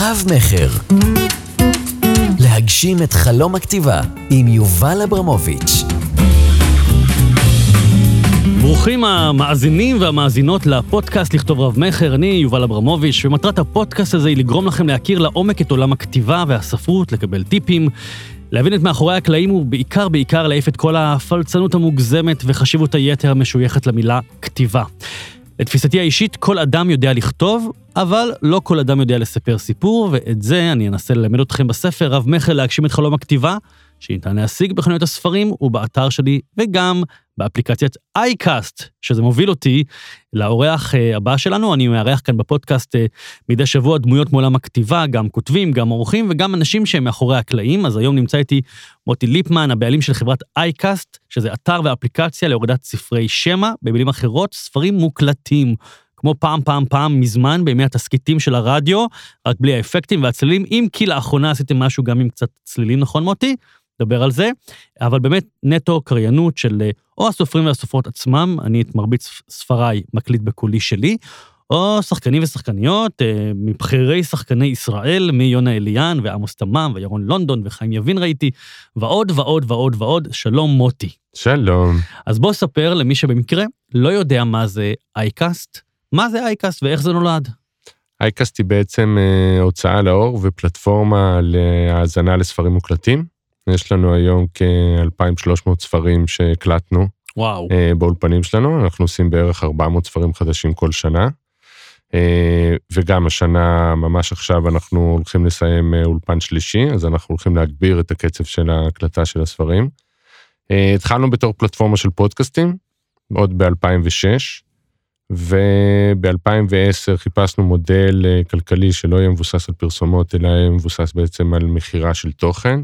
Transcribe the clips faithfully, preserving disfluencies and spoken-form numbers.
רב-מכר. להגשים את חלום הכתיבה עם יובל אברמוביץ'. ברוכים המאזינים והמאזינות לפודקאסט לכתוב רב-מכר. אני יובל אברמוביץ', ומטרת הפודקאסט הזה היא לגרום לכם להכיר לעומק את עולם הכתיבה והספרות, לקבל טיפים, להבין את מאחורי הקלעים ובעיקר בעיקר להעיף את כל הפלצנות המוגזמת וחשיבות היתר המשויכת למילה כתיבה. לתפיסתי האישית, כל אדם יודע לכתוב, אבל לא כל אדם יודע לספר סיפור, ואת זה אני אנסה ללמד אתכם בספר רב-מכר להגשים את חלום הכתיבה, שניתן להשיג בחנויות הספרים ובאתר שלי, וגם באפליקציית אייקאסט, שזה מוביל אותי לאורח הבא שלנו. אני מארח כאן בפודקאסט מדי שבוע דמויות מעולם הכתיבה, גם כותבים, גם עורכים, וגם אנשים שהם מאחורי הקלעים. אז היום נמצא איתי מוטי ליפמן, הבעלים של חברת אייקאסט, שזה אתר ואפליקציה להורדת ספרי שמע, במילים אחרות, ספרים מוקלטים, כמו פעם פעם פעם מזמן, בימי התסקיטים של הרדיו, רק בלי האפקטים והצלילים, אם כי לאחרונה עשיתם משהו גם עם קצת צלילים, נכון מוטי? דבר על זה, אבל באמת נטו קריינות של או הסופרים והסופרות עצמם, אני את מרבית ספריי מקליט בקולי שלי, או שחקנים ושחקניות, מבחירי שחקני ישראל, מיונה אליאן ועמוס תמם וירון לונדון וחיים יבין ראיתי, ועוד ועוד ועוד ועוד. שלום מוטי. שלום. אז בוא ספר למי שבמקרה לא יודע מה זה אייקאסט, מה זה אייקאסט ואיך זה נולד? אייקאסט היא בעצם הוצאה לאור ופלטפורמה להאזנה לספרים מוקלטים. יש לנו היום כ-אלפיים ושלוש מאות ספרים שהקלטנו. וואו. באולפנים שלנו, אנחנו עושים בערך ארבע מאות ספרים חדשים כל שנה, וגם השנה, ממש עכשיו, אנחנו הולכים לסיים אולפן שלישי, אז אנחנו הולכים להגביר את הקצב של ההקלטה של הספרים. התחלנו בתור פלטפורמה של פודקאסטים, עוד ב-אלפיים ושש, וב-אלפיים ועשר חיפשנו מודל כלכלי שלא יהיה מבוסס על פרסומות, אלא יהיה מבוסס בעצם על מחירה של תוכן,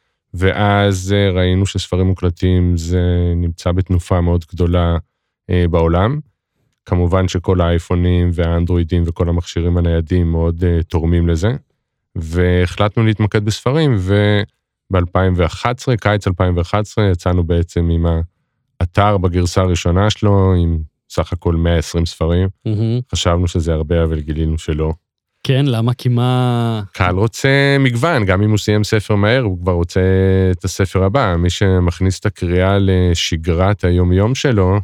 ואז ראינו שספרים מוקלטים זה נמצא בתנופה מאוד גדולה בעולם. כמובן שכל האייפונים והאנדרואידים וכל המכשירים הניידים מאוד תורמים לזה, והחלטנו להתמקד בספרים, וב-אלפיים ואחת עשרה, קיץ אלפיים ואחת עשרה, יצאנו בעצם עם האתר בגרסה הראשונה שלו, עם סך הכל מאה ועשרים ספרים. Mm-hmm. חשבנו שזה הרבה, אבל גילינו שלא. כן, למה? כי מה... קהל רוצה מגוון, גם אם הוא סיים ספר מהר, הוא כבר רוצה את הספר הבא. מי שמכניס את הקריאה לשגרת היום-יום שלו,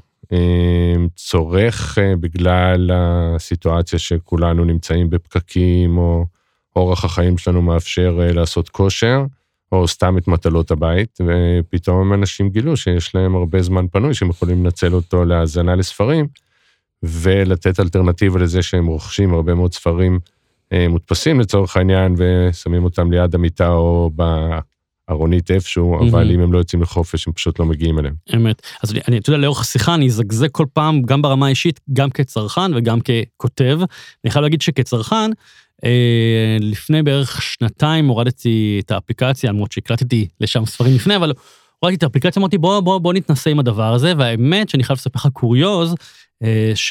צורך בגלל הסיטואציה שכולנו נמצאים בפקקים, או אורח החיים שלנו מאפשר לעשות כושר, או סתם את מטלות הבית, ופתאום אנשים גילו שיש להם הרבה זמן פנוי, שהם יכולים לנצל אותו להאזנה לספרים, ולתת אלטרנטיבה לזה שהם רוכשים הרבה מאוד ספרים מודפסים לצורך העניין, ושמים אותם ליד המיטה או בארונית איפשהו, mm-hmm. אבל אם הם לא יוצאים לחופש, הם פשוט לא מגיעים אליהם. אמת. אז אני, אני, אתה יודע, לאורך השיחה, אני אזגזג כל פעם, גם ברמה האישית, גם כצרכן וגם ככותב. אני חייב להגיד שכצרכן, אה, לפני בערך שנתיים הורדתי את האפליקציה, למרות שהקלטתי לשם ספרים לפני, אבל הורדתי את האפליקציה, אמרתי, בוא, בוא, בוא נתנסה עם הדבר הזה, והאמת שאני חייב לספר לך קוריוז, אה, ש...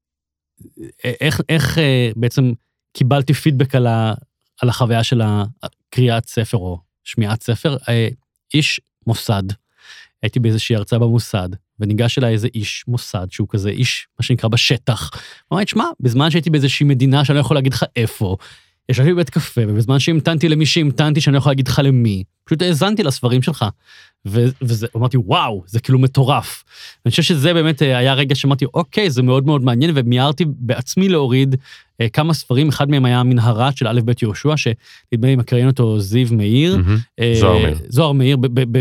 איך, איך אה, בעצם קיבלתי פידבק על, ה, על החוויה של הקריאת ספר או שמיעת ספר. איש מוסד, הייתי באיזושהי הרצאה במוסד, וניגש אליי איזה איש מוסד, שהוא כזה איש, מה שנקרא, בשטח. אמרתי, שמה, בזמן שהייתי באיזושהי מדינה שאני לא יכול להגיד לך איפה, ישבתי בבית קפה, ובזמן שהמתנתי למי שהמתנתי שאני לא יכול להגיד לך למי, פשוט האזנתי לספרים שלך, וזה, אמרתי, וואו, זה כאילו מטורף. אני חושב שזה באמת היה רגע שאמרתי, אוקיי, זה מאוד מאוד מעניין, ומיירתי בעצמי להוריד כמה ספרים, אחד מהם היה מנהרה של א' ב' יהושע, שנדמה לי מקריין אותו זיו מאיר. זוהר מאיר. זוהר מאיר,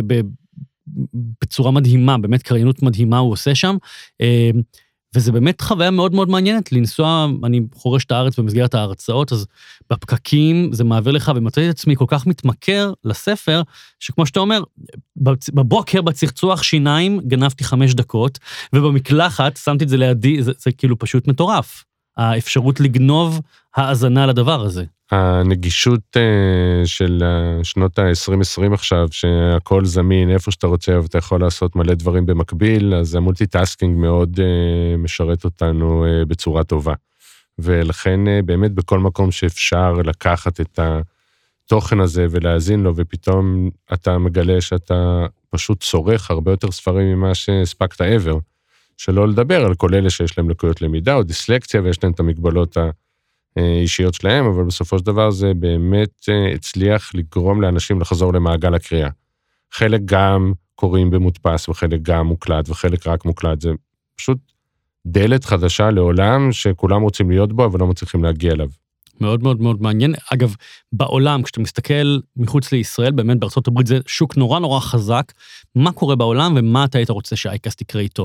בצורה מדהימה, באמת קריינות מדהימה הוא עושה שם, וזה באמת חוויה מאוד מאוד מעניינת, לנסוע, אני חורש את הארץ במסגרת ההרצאות, אז בפקקים זה מעביר לך, ומצאתי את עצמי כל כך מתמכר לספר, שכמו שאתה אומר, בבוקר בצחצוח שיניים גנבתי חמש דקות, ובמקלחת שמתי את זה לידי, זה, זה כאילו פשוט מטורף, האפשרות לגנוב האזנה לדבר הזה. הנגישות של שנות ה-עשרים עשרים עכשיו, שהכל זמין, איפה שאתה רוצה, ואתה יכול לעשות מלא דברים במקביל, אז המולטיטאסקינג מאוד משרת אותנו בצורה טובה. ולכן באמת בכל מקום שאפשר לקחת את התוכן הזה ולהזין לו, ופתאום אתה מגלה שאתה פשוט צורך הרבה יותר ספרים ממה שהספקת ever, שלא לדבר על כל אלה שיש להם לקויות למידה או דיסלקציה, ויש להם את המגבלות אישיות שלהם, אבל בסופו של דבר זה באמת הצליח לגרום לאנשים לחזור למעגל הקריאה. חלק גם קוראים במודפס, וחלק גם מוקלט, וחלק רק מוקלט. זה פשוט דלת חדשה לעולם שכולם רוצים להיות בו, אבל לא מצליחים להגיע אליו. מאוד מאוד מאוד מעניין. אגב, בעולם, כשאתה מסתכל מחוץ לישראל, באמת בארצות הברית זה שוק נורא נורא חזק. מה קורה בעולם ומה אתה היית רוצה שאייקאסט תקרא איתו?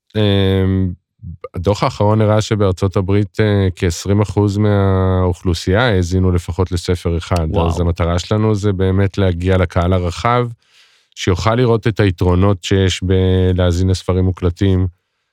הדוח האחרון הראה שבארצות הברית כ-עשרים אחוז מהאוכלוסייה האזינו לפחות לספר אחד. וואו. אז המטרה שלנו זה באמת להגיע לקהל הרחב, שיוכל לראות את היתרונות שיש בלהזין לספרים מוקלטים,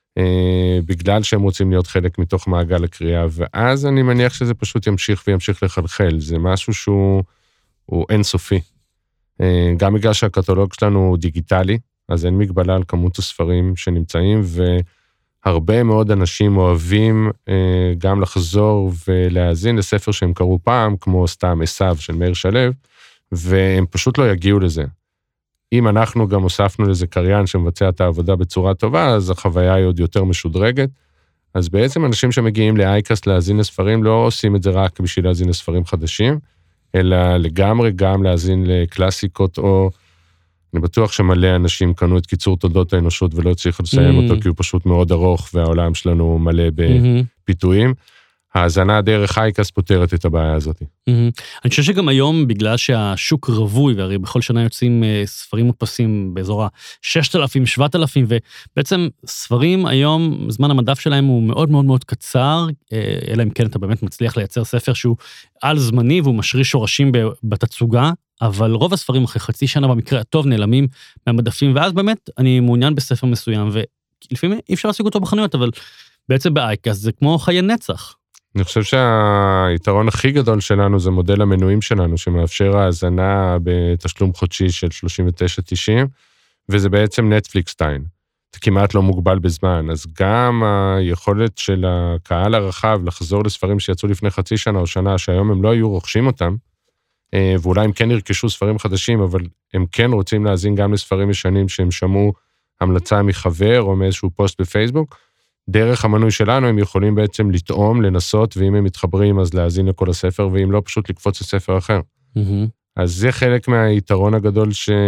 בגלל שהם רוצים להיות חלק מתוך מעגל הקריאה, ואז אני מניח שזה פשוט ימשיך וימשיך לחלחל. זה משהו שהוא אינסופי. גם בגלל שהקטלוג שלנו הוא דיגיטלי, אז אין מגבלה על כמות הספרים שנמצאים, והרבה מאוד אנשים אוהבים גם לחזור ולהאזין לספר שהם קראו פעם, כמו סתם עשיו של מאיר שלו, והם פשוט לא יגיעו לזה. אם אנחנו גם הוספנו לזה קריין שמבצע את העבודה בצורה טובה, אז החוויה היא עוד יותר משודרגת. אז בעצם אנשים שמגיעים לאייקאסט להאזין לספרים, לא עושים את זה רק בשביל להאזין לספרים חדשים, אלא לגמרי גם להאזין לקלאסיקות, או אני בטוח שמלא אנשים קנו את קיצור תולדות האנושות, ולא הצליחו לסיים mm-hmm. אותו, כי הוא פשוט מאוד ארוך, והעולם שלנו מלא בפיתויים. Mm-hmm. ההאזנה דרך אייקאסט פותרת את הבעיה הזאת. אני חושב שגם היום, בגלל שהשוק רווי, והרי בכל שנה יוצאים ספרים מודפסים באזור ה-ששת אלפים, שבעת אלפים, ובעצם ספרים היום, זמן המדף שלהם הוא מאוד מאוד מאוד קצר, אלא אם כן אתה באמת מצליח לייצר ספר שהוא על זמני, והוא משריש שורשים בתצוגה, אבל רוב הספרים אחרי חצי שנה במקרה הטוב נעלמים מהמדפים, ואז באמת אני מעוניין בספר מסוים, ולפעמים אי אפשר להשיג אותו בחנויות, אבל בעצם באייקאסט זה כמו חיי נצח. אני חושב שהיתרון הכי גדול שלנו זה מודל המנויים שלנו, שמאפשר ההאזנה בתשלום חודשי של שלושים ותשע תשעים, וזה בעצם נטפליקס סטיין. זה כמעט לא מוגבל בזמן, אז גם היכולת של הקהל הרחב לחזור לספרים שיצאו לפני חצי שנה או שנה, שהיום הם לא היו רוכשים אותם, ואולי הם כן ירכשו ספרים חדשים, אבל הם כן רוצים להאזין גם לספרים ישנים שהם שמעו המלצה מחבר או מאיזשהו פוסט בפייסבוק, דרך המנוי שלנו הם יכולים בעצם לטעום, לנסות, ואם הם מתחברים אז להאזין לכל הספר, ואם לא פשוט לקפוץ לספר אחר. Mm-hmm. אז זה חלק מהיתרון הגדול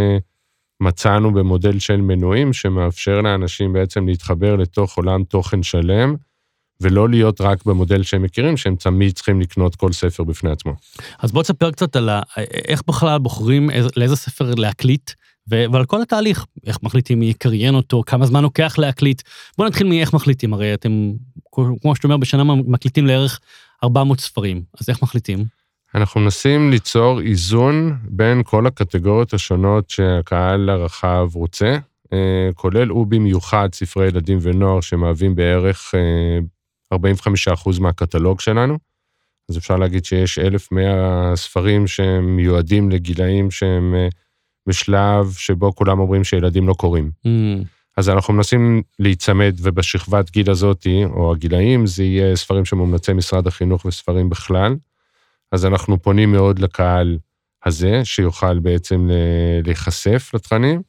שמצאנו במודל של מנויים, שמאפשר לאנשים בעצם להתחבר לתוך עולם תוכן שלם, ולא להיות רק במודל שהם מכירים, שהם תמיד צריכים לקנות כל ספר בפני עצמו. אז בוא תספר קצת על איך בכלל בוחרים לאיזה ספר להקליט, ועל כל התהליך, איך מחליטים מי יקריין אותו, כמה זמן לוקח להקליט, בואו נתחיל מאיך מחליטים, הרי אתם, כמו שאתה אומר, בשנה מקליטים לערך ארבע מאות ספרים, אז איך מחליטים? אנחנו מנסים ליצור איזון בין כל הקטגוריות השונות שהקהל הרחב רוצה, כולל ובמיוחד ספרי ילדים ונוער שמהווים בערך ארבעים וחמישה אחוז מהקטלוג שלנו, אז אפשר להגיד שיש אלף ומאה ספרים שהם מיועדים לגילאים שהם בשלב שבו כולם אומרים שילדים לא קוראים. Mm. אז אנחנו מנסים להיצמד, ובשכבת גיל הזאת, או הגילאים, זה יהיה ספרים שמומלצי משרד החינוך וספרים בכלל, אז אנחנו פונים מאוד לקהל הזה, שיוכל בעצם להיחשף לתכנים,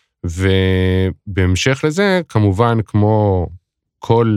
ובהמשך לזה, כמובן, כמו כל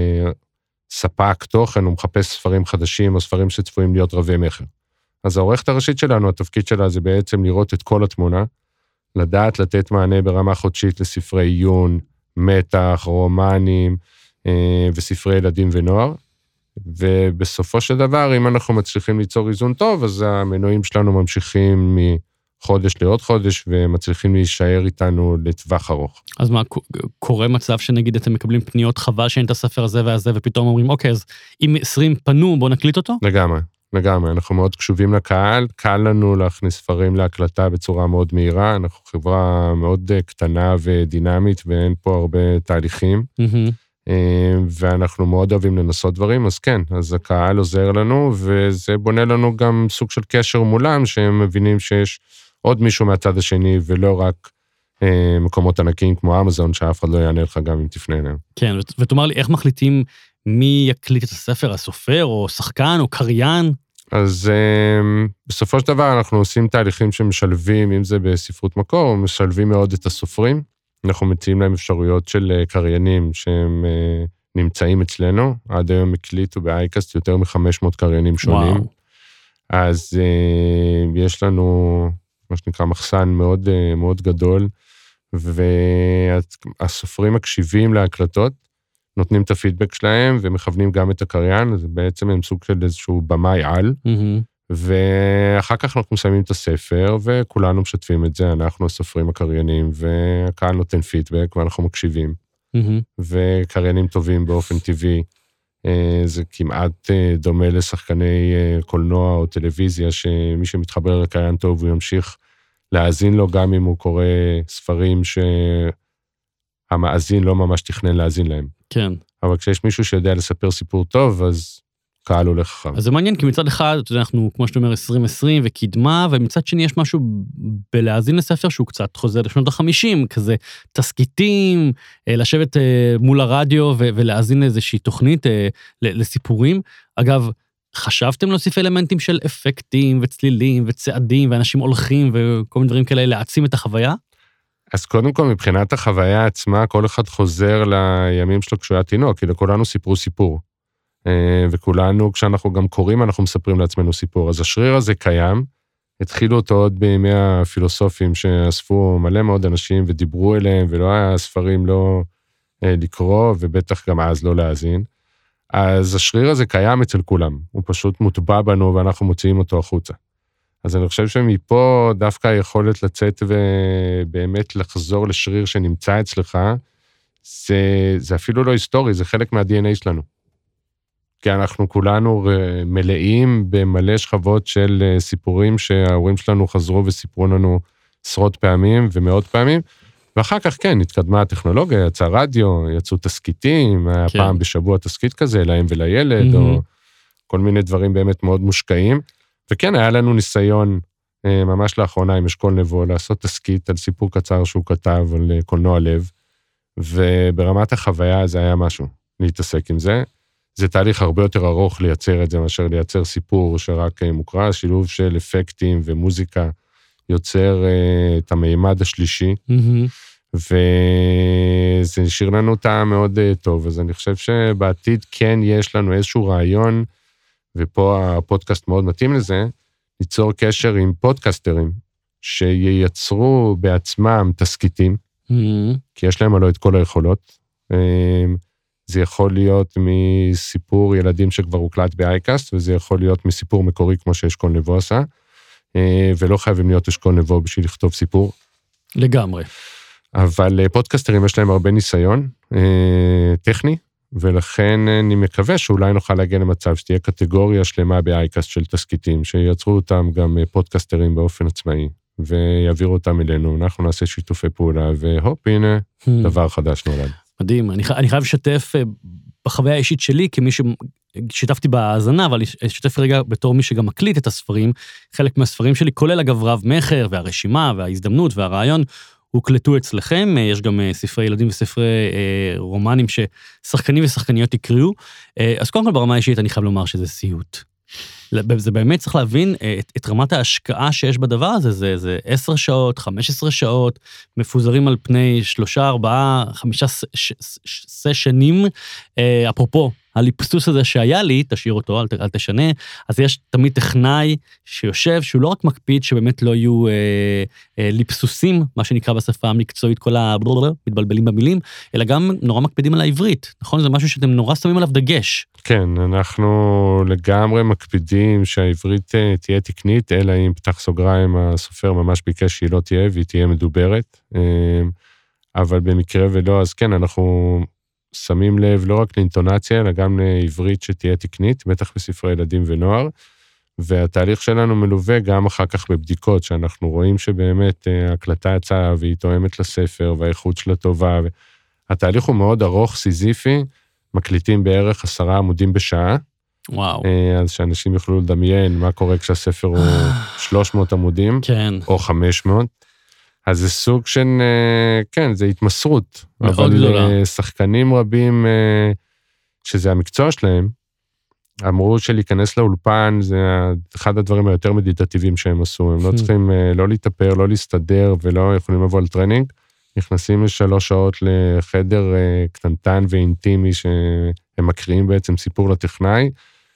ספק תוכן, הוא מחפש ספרים חדשים, או ספרים שצפויים להיות רבי מחר. אז העורכת הראשית שלנו, התפקיד שלה זה בעצם לראות את כל התמונה, לדעת לתת מענה ברמה חודשית לספרי עיון, מתח, רומנים אה, וספרי ילדים ונוער, ובסופו של דבר, אם אנחנו מצליחים ליצור איזון טוב, אז המנויים שלנו ממשיכים מחודש לעוד חודש, ומצליחים להישאר איתנו לטווח ארוך. אז מה, קורה מצב שנגיד אתם מקבלים פניות חבל שאין את הספר הזה והזה, ופתאום אומרים, אוקיי, אז אם עשרים פנו, בוא נקליט אותו? לגמרי. לגמרי, אנחנו מאוד קשובים לקהל, קל לנו להכניס ספרים להקלטה בצורה מאוד מהירה, אנחנו חברה מאוד קטנה ודינמית, ואין פה הרבה תהליכים, mm-hmm. ואנחנו מאוד אוהבים לנסות דברים, אז כן, אז הקהל עוזר לנו, וזה בונה לנו גם סוג של קשר מולם, שהם מבינים שיש עוד מישהו מהצד השני, ולא רק מקומות ענקיים כמו אמזון, שאף אחד לא יענה לך גם אם תפנה אליהם. כן, ותאמר לי, איך מחליטים מי יקליט את הספר, הסופר, או שחקן, או קריין? אז בסופו של דבר אנחנו עושים תהליכים שמשלבים, אם זה בספרות מקור, משלבים מאוד את הסופרים. אנחנו מציעים להם אפשרויות של קריינים, שהם נמצאים אצלנו, עד היום הקליטו באייקאסט יותר מ-חמש מאות קריינים שונים. וואו. אז uh, יש לנו, מה שנקרא, מחסן מאוד, uh, מאוד גדול, והסופרים מקשיבים להקלטות, נותנים את הפידבק שלהם, ומכוונים גם את הקריין, אז בעצם הם סוג של איזשהו במאי על, mm-hmm. ואחר כך אנחנו מסיימים את הספר, וכולנו משתפים את זה, אנחנו הסופרים הקריינים, והקהל נותן פידבק, ואנחנו מקשיבים, mm-hmm. וקריינים טובים באופן טבעי, זה כמעט דומה לשחקני קולנוע או טלוויזיה, שמי שמתחבר לקריין טוב, הוא ימשיך להאזין לו, גם אם הוא קורא ספרים שהמאזין לא ממש תכנן להאזין להם. כן. אבל כשיש מישהו שיודע לספר סיפור טוב, אז קהל הולך אחריו. אז זה מעניין, כי מצד אחד, אתה יודע, אנחנו, כמו שאתה אומר, עשרים עשרים וקדמה, ומצד שני יש משהו בלהאזין לספר שהוא קצת חוזר לשנות ה-חמישים, כזה תסקיטים, לשבת מול הרדיו ולהאזין לאיזושהי תוכנית לסיפורים. אגב, חשבתם להוסיף אלמנטים של אפקטים וצלילים וצעדים, ואנשים הולכים וכל מיני דברים כאלה, להעצים את החוויה? אז קודם כל, מבחינת החוויה עצמה, כל אחד חוזר לימים שלו כשהוא היה תינוק, כי לכולנו סיפרו סיפור. וכולנו, כשאנחנו גם קוראים, אנחנו מספרים לעצמנו סיפור. אז השריר הזה קיים, התחילו אותו עוד בימי הפילוסופים, שאספו מלא מאוד אנשים ודיברו אליהם, ולא היה ספרים לא לקרוא, ובטח גם אז לא להאזין. אז השריר הזה קיים אצל כולם, הוא פשוט מוטבע בנו, ואנחנו מוציאים אותו החוצה. אז אני חושב שמפה דווקא היכולת לצאת ובאמת לחזור לשריר שנמצא אצלך, זה, זה אפילו לא היסטורי, זה חלק מה-די אן איי שלנו. כי אנחנו כולנו מלאים במלא שכבות של סיפורים שההורים שלנו חזרו וסיפרו לנו עשרות פעמים ומאות פעמים, ואחר כך כן, התקדמה הטכנולוגיה, יצא רדיו, יצאו תסקיטים, היה כן. פעם בשבוע תסקיט כזה, להם ולילד, mm-hmm. או כל מיני דברים באמת מאוד מושקעים, וכן, היה לנו ניסיון ממש לאחרונה עם אשכול נבו, לעשות תסקיט על סיפור קצר שהוא כתב על קולנוע לב, וברמת החוויה זה היה משהו, להתעסק עם זה. זה תהליך הרבה יותר ארוך לייצר את זה, מאשר לייצר סיפור שרק מוקרא, שילוב של אפקטים ומוזיקה, יוצר את המימד השלישי, mm-hmm. וזה נשאיר לנו טעם מאוד טוב, אז אני חושב שבעתיד כן יש לנו איזשהו רעיון, ופה הפודקאסט מאוד מתאים לזה, ליצור קשר עם פודקאסטרים, שייצרו בעצמם תסקיטים, mm-hmm. כי יש להם עלו את כל היכולות. זה יכול להיות מסיפור ילדים שכבר הוקלט באייקאסט, וזה יכול להיות מסיפור מקורי כמו שאשכול נבו עשה, ולא חייבים להיות אשכול נבו בשביל לכתוב סיפור. לגמרי. אבל פודקאסטרים יש להם הרבה ניסיון טכני, ולכן אני מקווה שאולי נוכל להגיע למצב שתהיה קטגוריה שלמה באייקאסט של תסקיטים, שיצרו אותם גם פודקאסטרים באופן עצמאי, ויעבירו אותם אלינו, אנחנו נעשה שיתופי פעולה, והופ, הנה, דבר חדש נולד. מדהים, אני, אני חייב לשתף בחוויה האישית שלי, כמי ששיתפתי בהאזנה, אבל לשתף רגע בתור מי שגם מקליט את הספרים, חלק מהספרים שלי, כולל אגב רב מחר, והרשימה, וההזדמנות, והרעיון, הוקלטו אצלכם, יש גם ספרי ילדים וספרי רומנים ששחקנים ושחקניות יקראו, אז קודם כל ברמה האישית אני חייב לומר שזה סיוט. זה באמת צריך להבין את, את רמת ההשקעה שיש בדבר הזה, זה, זה עשר שעות, חמש עשרה שעות, מפוזרים על פני שלושה, ארבעה, חמישה סשנים, אפרופו, הליפסוס הזה שהיה לי, תשאיר אותו, אל, אל תשנה, אז יש תמיד טכנאי שיושב, שהוא לא רק מקפיד שבאמת לא יהיו אה, אה, ליפסוסים, מה שנקרא בשפה המקצועית, כל המתבלבלים במילים, אלא גם נורא מקפידים על העברית, נכון? זה משהו שאתם נורא שמים עליו דגש. כן, אנחנו לגמרי מקפידים שהעברית תהיה תקנית, אלא אם פתח סוגריים הסופר ממש ביקש שהיא לא תהיה, והיא תהיה מדוברת, אבל במקרה ולא, אז כן, אנחנו שמים לב לא רק לאינטונציה, אלא גם לעברית שתהיה תקנית, בטח בספרי ילדים ונוער, והתהליך שלנו מלווה גם אחר כך בבדיקות, שאנחנו רואים שבאמת הקלטה יצאה והיא תואמת לספר, והאיכות שלה טובה, התהליך הוא מאוד ארוך, סיזיפי, מקליטים בערך עשרה עמודים בשעה, וואו. אז שאנשים יוכלו לדמיין מה קורה כשהספר הוא שלוש מאות עמודים, כן. או חמש מאות, אז זה סוג של, כן, זה התמסרות. מאוד גדולה. אבל שחקנים רבים, שזה המקצוע שלהם, אמרו שלהיכנס לאולפן, זה אחד הדברים היותר מדיטטיביים שהם עשו, הם לא צריכים לא להתאפר, לא להסתדר, ולא יכולים לבוא על טרנינג, נכנסים לשלוש שעות לחדר קטנטן ואינטימי, שהם מקריאים בעצם סיפור לטכנאי,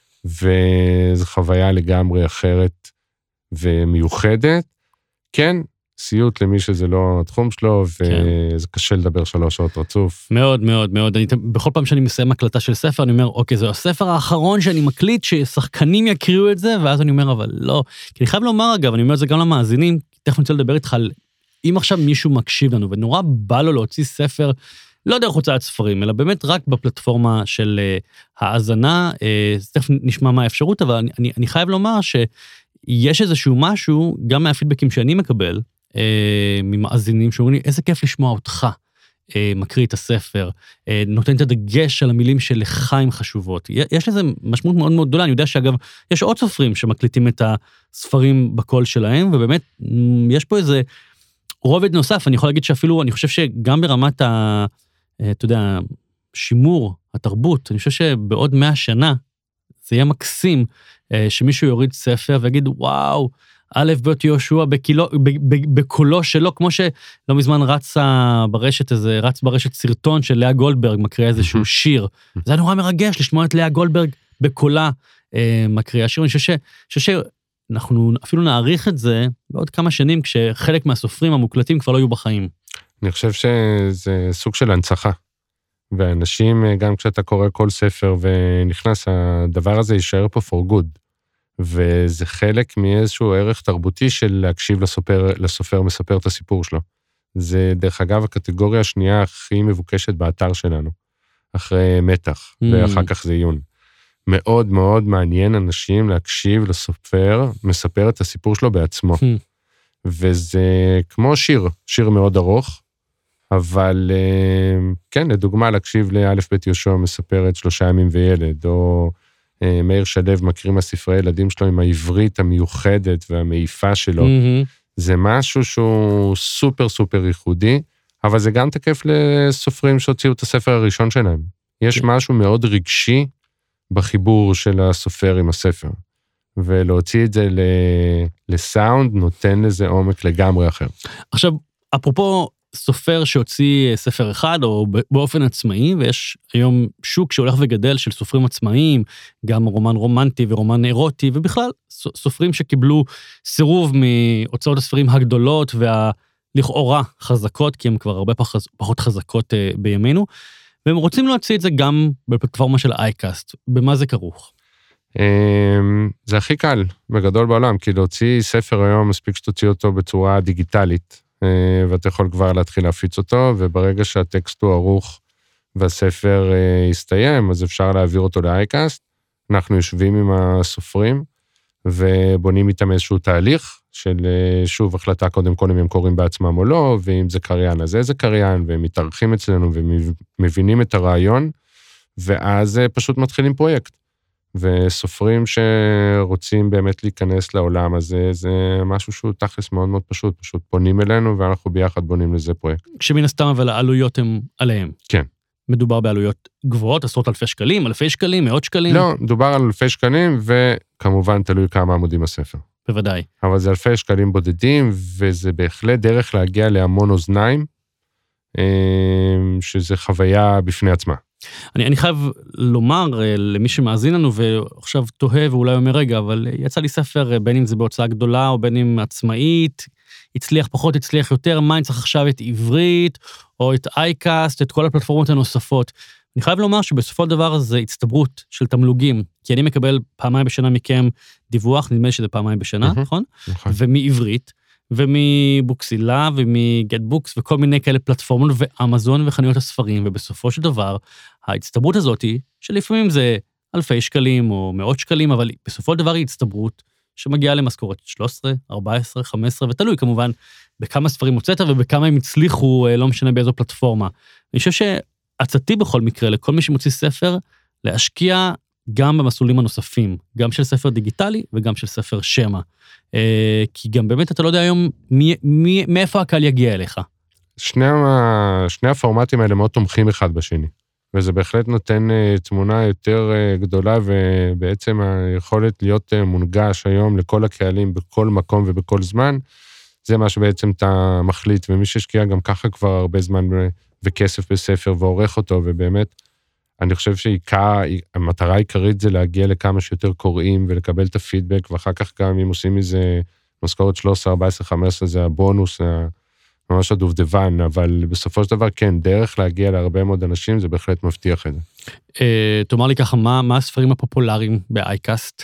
וזו חוויה לגמרי אחרת ומיוחדת. כן, סיוט למי שזה לא התחום שלו, וזה קשה לדבר שלוש שעות רצוף. מאוד, מאוד, מאוד. אני, בכל פעם שאני מסיים הקלטה של ספר, אני אומר, אוקיי, זה הספר האחרון שאני מקליט, ששחקנים יקריאו את זה, ואז אני אומר, אבל לא. כי אני חייב לומר, אגב, אני אומר את זה גם למאזינים, תכף אני רוצה לדבר איתך על, אם עכשיו מישהו מקשיב לנו, ונורא בא לו להוציא ספר, לא דרך הוצאת ספרים, אלא באמת רק בפלטפורמה של uh, האזנה, uh, תכף נשמע מה האפשרות, אבל אני, אני, אני חייב לומר שיש איזשהו משהו, גם מהפידבקים שאני מקבל, uh, ממאזינים שאומרים לי, איזה כיף לשמוע אותך, uh, מקריא את הספר, uh, נותן את הדגש על המילים שלך הם חשובות. יש לזה משמעות מאוד מאוד גדולה, אני יודע שאגב, יש עוד סופרים שמקליטים את הספרים בקול שלהם, ובאמת יש פה איזה רובד נוסף, אני יכול להגיד שאפילו, אני חושב שגם ברמת ה... אתה יודע, שימור, התרבות, אני חושב שבעוד מאה שנה, זה יהיה מקסים, שמישהו יוריד ספר ויגיד, וואו, א' ב' יהושע בקולו שלו, כמו שלא מזמן רץ ברשת איזה, רץ ברשת סרטון של לאה גולדברג, מקריאה איזשהו שיר. זה היה נורא מרגש לשמוע את לאה גולדברג בקולה, מקריאה שיר. אני חושב שאנחנו אפילו נעריך את זה בעוד כמה שנים, כשחלק מהסופרים המוקלטים כבר לא יהיו בחיים. אני חושב שזה סוג של הנצחה, ואנשים, גם כשאתה קורא כל ספר ונכנס, הדבר הזה יישאר פה for good, וזה חלק מאיזשהו ערך תרבותי של להקשיב לסופר, לסופר מספר את הסיפור שלו. זה דרך אגב הקטגוריה השנייה הכי מבוקשת באתר שלנו, אחרי מתח, mm. ואחר כך זה עיון. מאוד מאוד מעניין אנשים להקשיב לסופר, מספר את הסיפור שלו בעצמו. Mm. וזה כמו שיר, שיר מאוד ארוך, אבל כן, לדוגמה, להקשיב לאלף בית יהושע מספרת שלושה ימים וילד, או מאיר שלו מקריא מהספרי ילדים שלו עם העברית המיוחדת והמעיפה שלו, mm-hmm. זה משהו שהוא סופר סופר ייחודי, אבל זה גם תקף לסופרים שהוציאו את הספר הראשון שלהם. יש okay. משהו מאוד רגשי בחיבור של הסופר עם הספר. ולהוציא את זה לסאונד, נותן לזה עומק לגמרי אחר. עכשיו, אפרופו סופר שהוציא ספר אחד, או באופן עצמאי, ויש היום שוק שהולך וגדל של סופרים עצמאיים, גם רומן רומנטי ורומן אירוטי, ובכלל סופרים שקיבלו סירוב מהוצאות הספרים הגדולות, והלכאורה חזקות, כי הן כבר הרבה פחות חזקות בימינו, והם רוצים להוציא את זה גם בפלטפורמה של אייקאסט. במה זה כרוך? זה הכי קל, בגדול בעולם, כי להוציא ספר היום, מספיק שתוציא אותו בצורה דיגיטלית, ואתה יכול כבר להתחיל להפיץ אותו, וברגע שהטקסט הוא ערוך והספר יסתיים, אז אפשר להעביר אותו לאייקאסט. אנחנו יושבים עם הסופרים, ובונים איתם איזשהו תהליך, של שוב החלטה קודם כל אם הם קוראים בעצמם או לא, ואם זה קריין, אז איזה קריין, והם מתארחים אצלנו, ומבינים את הרעיון, ואז פשוט מתחילים פרויקט. וסופרים שרוצים באמת להיכנס לעולם הזה, זה משהו שהוא תכלס מאוד מאוד פשוט, פשוט פונים אלינו, ואנחנו ביחד בונים לזה פרויקט. כשמן הסתם אבל העלויות הן עליהם. כן. מדובר בעלויות גבוהות, עשרות אלפי שקלים, אלפי שקלים, מאות שקלים? לא, מדובר על אלפי שקלים, וכמובן תלוי כמה עמודים הספר. בוודאי. אבל זה אלפי שקלים בודדים, וזה בהחלט דרך להגיע להמון אוזניים, שזה חוויה בפני עצמה. אני, אני חייב לומר למי שמאזין לנו, ועכשיו תוהה ואולי אומר רגע, אבל יצא לי ספר, בין אם זה בהוצאה גדולה, או בין אם עצמאית, הצליח פחות, הצליח יותר, מה אני צריך עכשיו את עברית, או את אייקאסט, את כל הפלטפורמות הנוספות. אני חייב לומר שבסופו דבר זה הצטברות של תמלוגים, כי אני מקבל פעמיים בשנה מכם דיווח, נדמה לי שזה פעמיים בשנה, נכון? ומעברית, ומבוקסילה, ומגטבוקס, וכל מיני כאלה פלטפורמות, ואמזון וחנויות הספרים, ובסופו של דבר, ההצטברות הזאת היא, שלפעמים זה אלפי שקלים או מאות שקלים, אבל בסופו של דבר היא הצטברות שמגיעה למשכורת שלוש עשרה, ארבע עשרה, חמש עשרה, ותלוי כמובן בכמה ספרים הוצאת, ובכמה הם הצליחו, לא משנה באיזו פלטפורמה. אני חושב שעצתי בכל מקרה, לכל מי שמוציא ספר, להשקיע גם במסלולים הנוספים, גם של ספר דיגיטלי וגם של ספר שמה. כי גם באמת אתה לא יודע היום מי, מי, מאיפה הקהל יגיע אליך. שני, שני הפורמטים האלה מאוד תומכים אחד בשני, וזה בהחלט נותן תמונה יותר גדולה, ובעצם היכולת להיות מונגש היום לכל הקהלים בכל מקום ובכל זמן, זה מה שבעצם אתה מחליט, ומי שהשקיע גם ככה כבר הרבה זמן וכסף בספר ועורך אותו, ובאמת, אני חושב שהמטרה העיקרית זה להגיע לכמה שיותר קוראים ולקבל את הפידבק, ואחר כך גם אם עושים איזה משכורת שלוש עשרה, ארבע עשרה, חמש עשרה, זה הבונוס, ממש הדובדבן, אבל בסופו של דבר כן, דרך להגיע להרבה מאוד אנשים, זה בהחלט מבטיח את זה. תאמר לי ככה, מה הספרים הפופולריים באייקאסט?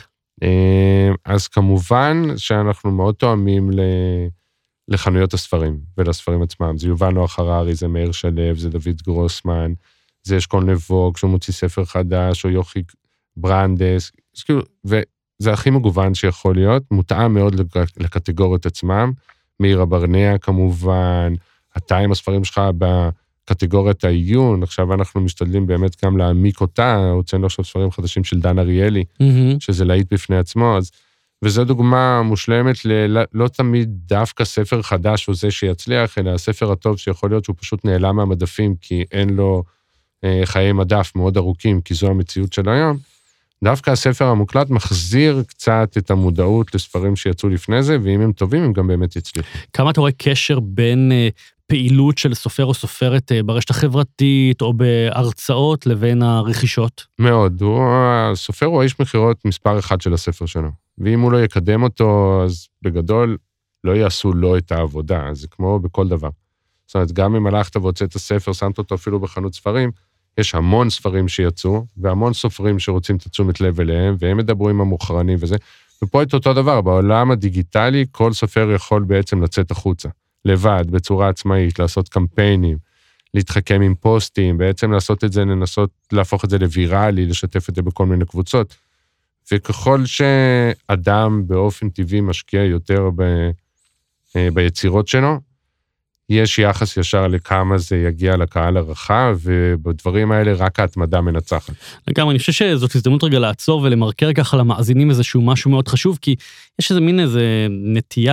אז כמובן שאנחנו מאוד תואמים לחנויות הספרים ולספרים עצמם. זה יובל נוח הררי, זה מאיר שלו, זה דוד גרוסמן, זה אשכול נבו, כשהוא מוציא ספר חדש, או יוכי ברנדס, וזה הכי מגוון שיכול להיות, מותאם מאוד לקטגוריות עצמם, מאירה ברנע כמובן, אתה עם הספרים שלך בקטגוריית העיון, עכשיו אנחנו משתדלים באמת גם להעמיק אותה, הוצאנו עכשיו ספרים חדשים של דן אריאלי, mm-hmm. שזה להיט בפני עצמו, אז, וזו דוגמה מושלמת, ל, לא תמיד דווקא ספר חדש הוא זה שיצליח, אלא הספר הטוב שיכול להיות שהוא פשוט נעלם מהמדפים, כי אין לו אה, חיי מדף מאוד ארוכים, כי זו המציאות של היום, דווקא הספר המוקלט מחזיר קצת את המודעות לספרים שיצאו לפני זה, ואם הם טובים, הם גם באמת יצליחו. כמה אתה רואה קשר בין פעילות של סופר או סופרת ברשת החברתית, או בהרצאות, לבין הרכישות? מאוד. הוא, הסופר הוא האיש מחירות מספר אחד של הספר שלו. ואם הוא לא יקדם אותו, אז בגדול לא יעשו לו את העבודה. אז זה כמו בכל דבר. זאת אומרת, גם אם הלכת והוצאת הספר, שמת אותו אפילו בחנות ספרים, יש המון ספרים שיצאו, והמון סופרים שרוצים את תשומת לב אליהם, והם מדברו עם המוכרני וזה, ופה את אותו דבר, בעולם הדיגיטלי, כל סופר יכול בעצם לצאת החוצה, לבד, בצורה עצמאית, לעשות קמפיינים, להתחכם עם פוסטים, בעצם לעשות את זה, לנסות להפוך את זה לוויראלי, לשתף את זה בכל מיני קבוצות, וככל שאדם באופן טבעי משקיע יותר ב, ביצירות שלו, יש יחס ישר לכמה זה יגיע לקהל הרחב, ובדברים האלה רק ההתמדה מנצחת. לגמרי, אני חושב שזאת הזדמנות רגע לעצור ולמרקר ככה למאזינים איזשהו משהו מאוד חשוב, כי יש איזה מין איזה נטייה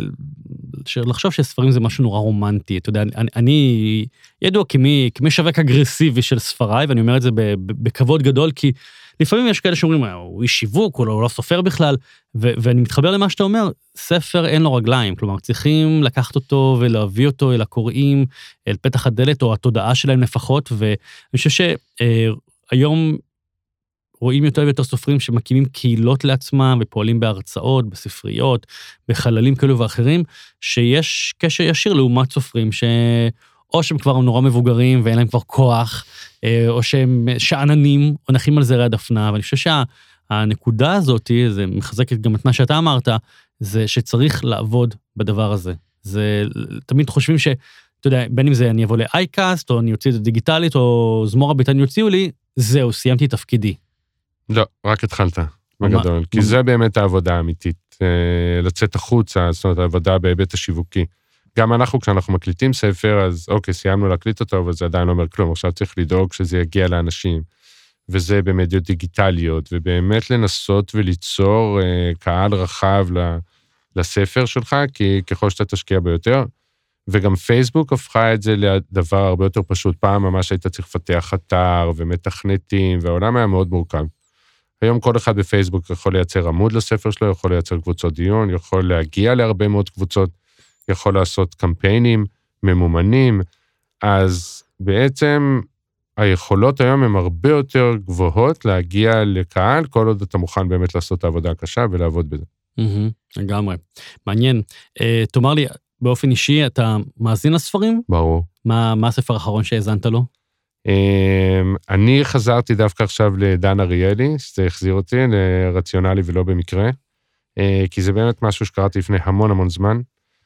לחשוב שספרים זה משהו נורא רומנטי. אתה יודע, אני, אני ידוע כמי, כמי שווק אגרסיבי של ספריי, ואני אומר את זה בכבוד גדול, כי לפעמים יש כאלה שאומרים, הוא איש שיווק, הוא לא, הוא לא סופר בכלל, ו- ואני מתחבר למה שאתה אומר, ספר אין לו רגליים, כלומר, צריכים לקחת אותו ולהביא אותו אל הקוראים, אל פתח הדלת, או התודעה שלהם לפחות, ואני חושב שהיום רואים יותר ויותר סופרים שמקימים קהילות לעצמם, ופועלים בהרצאות, בספריות, בחללים כאלו ואחרים, שיש קשר ישיר לעומת סופרים ש... או שהם כבר נורא מבוגרים ואין להם כבר כוח, או שהם שעננים, או נחים על זרי הדפנה, ואני חושב שהנקודה הזאת, זה מחזקת גם את מה שאתה אמרת, זה שצריך לעבוד בדבר הזה. זה, תמיד חושבים ש, אתה יודע, בין אם זה אני אבוא לאייקאסט, או אני יוציא את זה דיגיטלית, או זמורה ביטן יוציאו לי, זהו, סיימתי תפקידי. לא, רק התחלת, בגדול, כי זה באמת העבודה האמיתית, לצאת החוצה, זאת אומרת, העבודה בהיבט השיווקי. גם אנחנו, כשאנחנו מקליטים ספר, אז אוקיי, סיימנו להקליט אותו, אבל זה עדיין לא אומר כלום. עכשיו צריך לדאוג שזה יגיע לאנשים, וזה במדיות דיגיטליות, ובאמת לנסות וליצור אה, קהל רחב לספר שלך, כי ככל שאתה תשקיע ביותר, וגם פייסבוק הפכה את זה לדבר הרבה יותר פשוט. פעם ממש היית צריך לפתח אתר ומתכנתים, והעולם היה מאוד מורכב. היום כל אחד בפייסבוק יכול לייצר עמוד לספר שלו, יכול לייצר קבוצות דיון, יכול להגיע להרבה מאוד קבוצות, יכול לעשות קמפיינים ממומנים, אז בעצם היכולות היום הן הרבה יותר גבוהות להגיע לקהל, כל עוד אתה מוכן באמת לעשות את העבודה הקשה ולעבוד בזה. לגמרי. מעניין. תאמר לי, באופן אישי, אתה מאזין לספרים? ברור. מה, מה הספר האחרון שהאזנת לו? אני חזרתי דווקא עכשיו לדן אריאלי, שזה החזיר אותי לרציונלי ולא במקרה, כי זה באמת משהו שקראתי לפני המון המון זמן,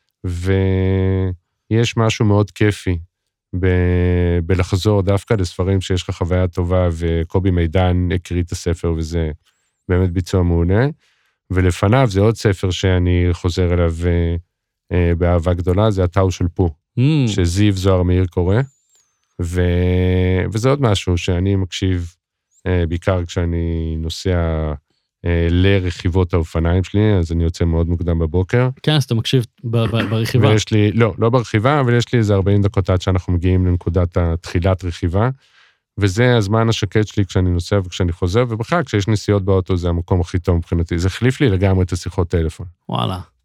ויש משהו מאוד כיפי ב- בלחזור דווקא לספרים שיש לך חוויה טובה, וקובי מידן הקריא את הספר, וזה באמת ביצוע מעולה, ולפניו זה עוד ספר שאני חוזר אליו באהבה גדולה, זה הטאו של פו, mm. שזיו זוהר מאיר קורא, ו... וזה עוד משהו שאני מקשיב בעיקר כשאני נוסע לרכיבות האופניים שלי, אז אני יוצא מאוד מוקדם בבוקר. כן, אז אתה מקשיב ברכיבה. ויש לי, לא, לא ברכיבה, אבל יש לי איזה ארבעים דקות עד שאנחנו מגיעים לנקודת התחילת רכיבה, וזה הזמן השקט שלי כשאני נוסע וכשאני חוזר, ובכלל, כשיש נסיעות באוטו, זה המקום הכי טוב מבחינתי. זה החליף לי לגמרי את השיחות טלפון. וואלה.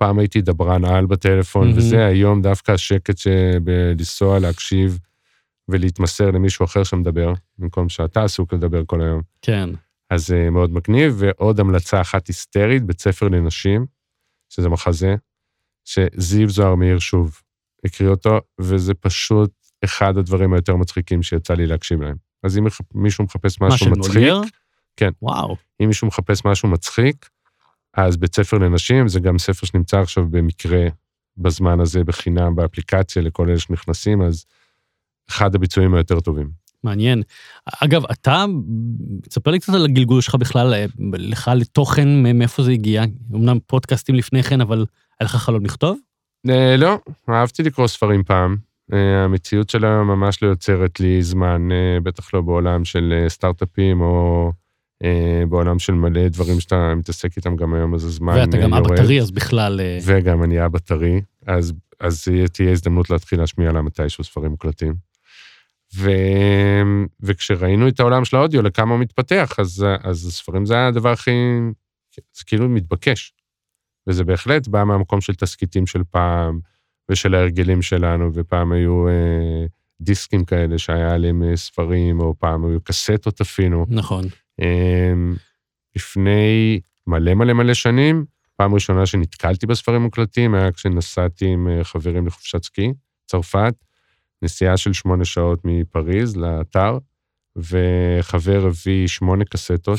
פעם הייתי דברן על בטלפון, מהמם. וזה היום דווקא השקט שבלנסוע, להקשיב ולהתמסר למישהו אחר שמדבר, במקום שאתה עסוק לדבר כל היום. כן. אז זה מאוד מגניב, ועוד המלצה אחת היסטרית, בית ספר לנשים, שזה מחזה, שזיו זוהר מאיר שוב הקריא אותו, וזה פשוט אחד הדברים היותר מצחיקים שיצא לי להקשיב להם. אז אם מישהו מחפש משהו מה, של מצחיק, מולייר? כן. וואו. אם מישהו מחפש משהו מצחיק, אז בית ספר לנשים, זה גם ספר שנמצא עכשיו במקרה בזמן הזה, בחינם, באפליקציה, לכל אלה שנכנסים, אז אחד הביצועים היותר טובים. מעניין. אגב, אתה, תספר לי קצת על הגלגול שלך בכלל, לך לתוכן, מאיפה זה הגיע? אמנם פודקאסטים לפני כן, אבל היה לך חלום לכתוב? אה, לא, אהבתי לקרוא ספרים פעם. אה, המציאות שלה ממש לא יוצרת לי זמן, אה, בטח לא בעולם של אה, סטארט-אפים, או אה, בעולם של מלא דברים שאתה מתעסק איתם גם היום, אז הזמן ואתה גם יורד. אבא טרי, אז בכלל... אה, וגם אני אבא טרי, אז, אז תהיה הזדמנות להתחיל להשמיע לה מתישהו ספרים מוקלטים. ו... וכשראינו את העולם של האודיו, לכמה הוא מתפתח, אז, אז הספרים זה היה הדבר הכי, זה כאילו מתבקש. וזה בהחלט בא מהמקום של תסקיטים של פעם, ושל ההרגלים שלנו, ופעם היו אה, דיסקים כאלה שהיה עליהם אה, ספרים, או פעם היו קסטות אפילו. נכון. אה, לפני מלא מלא מלא שנים, פעם ראשונה שנתקלתי בספרים מוקלטים, היה כשנסעתי עם אה, חברים לחופשת סקי, צרפת, נסיעה של שמונה שעות מפריז לאתר, וחבר הביא שמונה קסטות,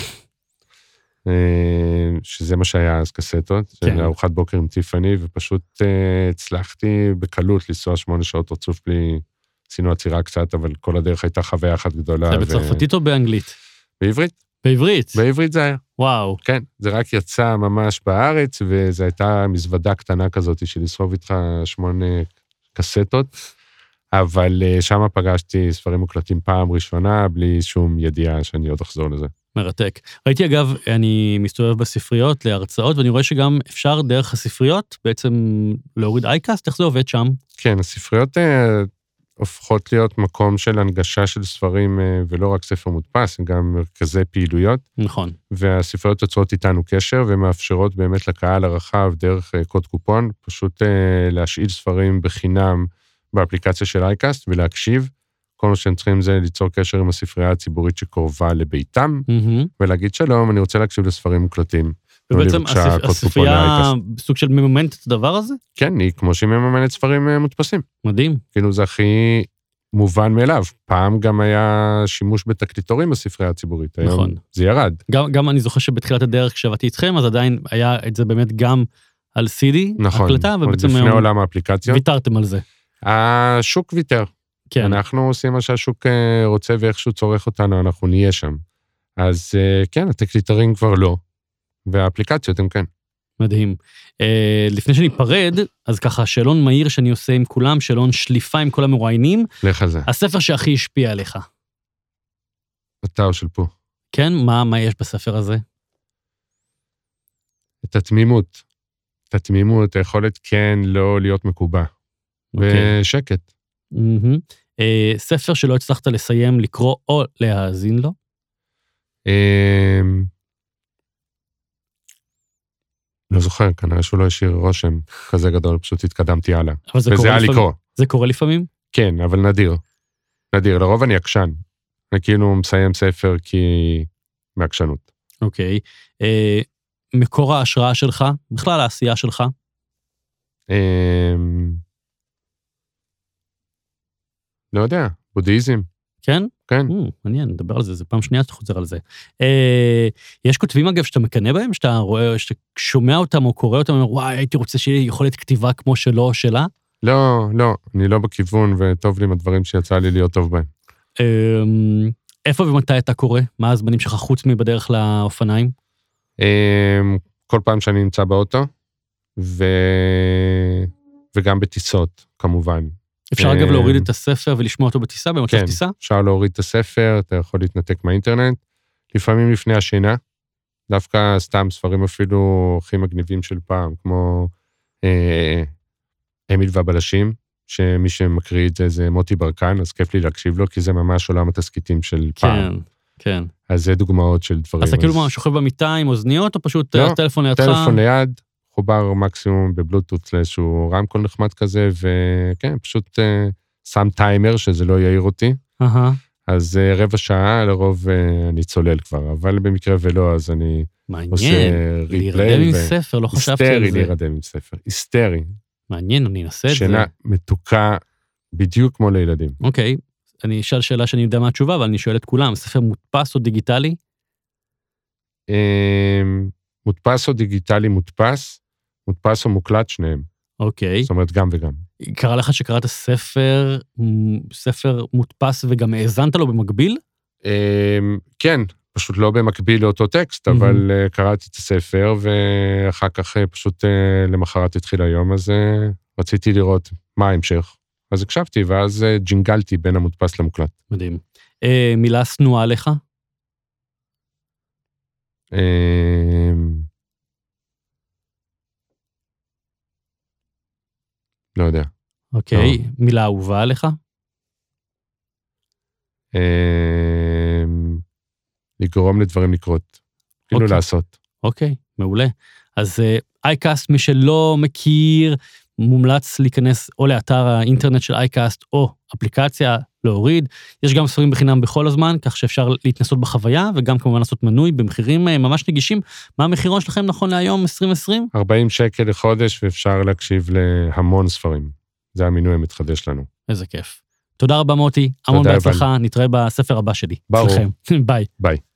שזה מה שהיה אז קסטות, של ארוחת בוקר עם טיפני, ופשוט הצלחתי בקלות לנסוע שמונה שעות רצוף בלי, עשינו עצירה קצת, אבל כל הדרך הייתה חוויה אחת גדולה. זה בצרפתית או באנגלית? בעברית. בעברית? בעברית זה היה. וואו. כן, זה רק יצא ממש בארץ, וזו הייתה מזוודה קטנה כזאת, של לסחוב איתך שמונה קסטות, אבל שם פגשתי ספרים מוקלטים פעם ראשונה, בלי שום ידיעה שאני עוד אחזור לזה. מרתק. ראיתי אגב, אני מסתובב בספריות להרצאות, ואני רואה שגם אפשר דרך הספריות בעצם להוריד אייקאסט, איך זה עובד שם? כן, הספריות אה, הופכות להיות מקום של הנגשה של ספרים, אה, ולא רק ספר מודפס, גם מרכזי פעילויות. נכון. והספריות יוצרות איתנו קשר, ומאפשרות באמת לקהל הרחב דרך אה, קוד קופון, פשוט אה, להשאיל ספרים בחינם באפליקציה של אייקאסט, ולהקשיב. כל מה שהם צריכים זה ליצור קשר עם הספרייה הציבורית שקרובה לביתם, mm-hmm. ולהגיד שלום, אני רוצה להקשיב לספרים מוקלטים. ובעצם הספ... הספרייה סוג של מממנת את הדבר הזה? כן, היא כמו שהיא מממנת ספרים מודפסים. מדהים. כאילו זה הכי מובן מאליו. פעם גם היה שימוש בתקליטורים בספרייה הציבורית. נכון. היום זה ירד. גם, גם אני זוכר שבתחילת הדרך כשעבדתי איתכם, אז עדיין היה את זה באמת גם על סי די, נכון. הקלטה, ובעצם לפני עולם האפליקציות. ויתרתם על זה. השוק ויתר. כן. אנחנו עושים מה שהשוק רוצה ואיכשהו צורך אותנו, אנחנו נהיה שם. אז כן, התקליטרים כבר לא, והאפליקציות הם כן. מדהים. לפני שאני פרד, אז ככה, שאלון מהיר שאני עושה עם כולם, שאלון שליפה עם כל המרואיינים. לך על זה. הספר שהכי השפיע עליך. אתה או של פה. כן? מה, מה יש בספר הזה? את התמימות. את התמימות, היכולת כן לא להיות מקובע. ושקט. Mm-hmm. Uh, ספר שלא הצלחת לסיים לקרוא או להאזין לו? Um, לא זוכר, כנראה שהוא לא השאיר רושם כזה גדול, פשוט התקדמתי הלאה. וזה קורה לפעמים? זה קורה לפעמים? כן, אבל נדיר. נדיר, לרוב אני עקשן. אני כאילו מסיים ספר כי מעקשנות. אוקיי. Okay. Uh, מקור ההשראה שלך, בכלל העשייה שלך? Um, לא יודע, בודהיזם. כן? כן. Mm, מעניין, נדבר על זה, זה פעם שנייה אתה חוזר על זה. אה, יש כותבים אגב שאתה מקנה בהם, שאתה רואה, שאתה שומע אותם או קורא אותם, ואומר, וואי, הייתי רוצה שיהיה יכולת כתיבה כמו שלו או שלה? לא, לא, אני לא בכיוון, וטוב לי עם הדברים שיצא לי להיות טוב בהם. אה, איפה ומתי אתה קורא? מה הזמנים שלך חוץ מבדרך לאופניים? אה, כל פעם שאני נמצא באוטו, ו... וגם בטיסות, כמובן. אפשר אגב להוריד את הספר ולשמוע אותו בטיסה, במצב טיסה? כן, אפשר להוריד את הספר, אתה יכול להתנתק מהאינטרנט, לפעמים לפני השינה, דווקא סתם ספרים אפילו הכי מגניבים של פעם, כמו אה, אמיל והבלשים, שמי שמקריא את זה זה מוטי ברקן, אז כיף לי להקשיב לו, כי זה ממש עולם התסקיטים של פעם. כן, כן. אז זה דוגמאות של דברים. אז אתה כאילו מה, שוכב במיטה עם אוזניות, או פשוט לא, טלפון לידך? טלפון ליד, חובר מקסימום בבלוטות לאיזשהו רמקול נחמד כזה, וכן, פשוט שם טיימר שזה לא יעיר אותי. אהה. אז רבע שעה, לרוב אני צולל כבר, אבל במקרה ולא, אז אני עושה ריפליי. להירדם עם ספר, לא חשבתי על זה. היסטרי להירדם עם ספר, היסטרי. מעניין, אני אנסה את זה. שינה מתוקה בדיוק כמו לילדים. אוקיי, אני אשאל שאלה שאני יודע מה התשובה, אבל אני שואל את כולם, ספר מודפס או דיגיטלי? מודפס או דיגיטלי מודפס, מודפס או מוקלט שניהם. אוקיי. זאת אומרת גם וגם. קרא לך שקראת ספר, ספר מודפס וגם האזנת לו במקביל? כן, פשוט לא במקביל לאותו טקסט, אבל קראתי את הספר, ואחר כך פשוט למחרת התחיל היום, אז רציתי לראות מה ההמשך. אז הקשבתי, ואז ג'ינגלתי בין המודפס למוקלט. מדהים. מילה שנואה לך? לא יודע. אוקיי, מילה אהובה עליך? לגרום לדברים לקרות. כאילו לעשות. אוקיי, מעולה. אז אייקאסט, מי שלא מכיר, מומלץ להיכנס או לאתר האינטרנט של אייקאסט, או אפליקציה להוריד. יש גם ספרים בחינם בכל הזמן, כך שאפשר להתנסות בחוויה, וגם כמובן לעשות מנוי במחירים ממש נגישים. מה המחירון שלכם נכון להיום, עשרים עשרים? ארבעים שקל לחודש, ואפשר להקשיב להמון ספרים. זה המינוי המתחדש לנו. איזה כיף. תודה רבה מוטי, המון בהצלחה, נתראה בספר הבא שלי. ברור. ביי. ביי.